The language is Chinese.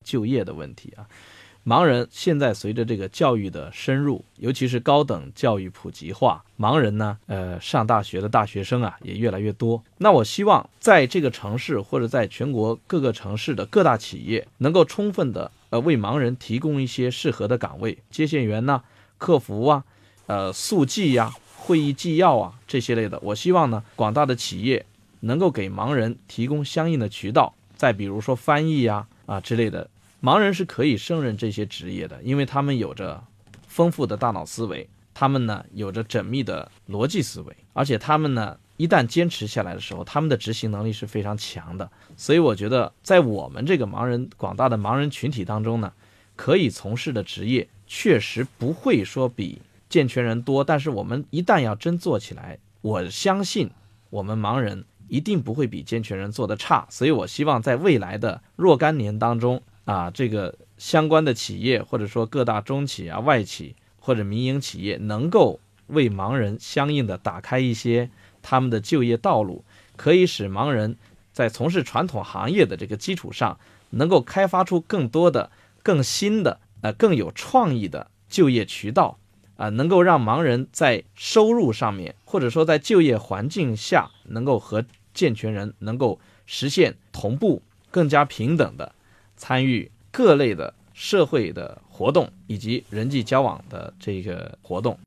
就业的问题啊。盲人现在随着这个教育的深入，尤其是高等教育普及化，盲人呢，上大学的大学生啊也越来越多。那我希望在这个城市或者在全国各个城市的各大企业，能够充分的为盲人提供一些适合的岗位，接线员呐、客服啊、速记呀、会议纪要啊这些类的。我希望呢，广大的企业能够给盲人提供相应的渠道，再比如说翻译呀之类的。盲人是可以胜任这些职业的，因为他们有着丰富的大脑思维，他们呢有着缜密的逻辑思维，而且他们呢一旦坚持下来的时候，他们的执行能力是非常强的。所以我觉得在我们这个广大的盲人群体当中呢，可以从事的职业确实不会说比健全人多，但是我们一旦要真做起来，我相信我们盲人一定不会比健全人做得差。所以我希望在未来的若干年当中这个相关的企业或者说各大中企啊、外企或者民营企业能够为盲人相应的打开一些他们的就业道路，可以使盲人在从事传统行业的这个基础上，能够开发出更多的、更新的、更有创意的就业渠道能够让盲人在收入上面或者说在就业环境下能够和健全人能够实现同步、更加平等的参与各类的社会的活动以及人际交往的这个活动。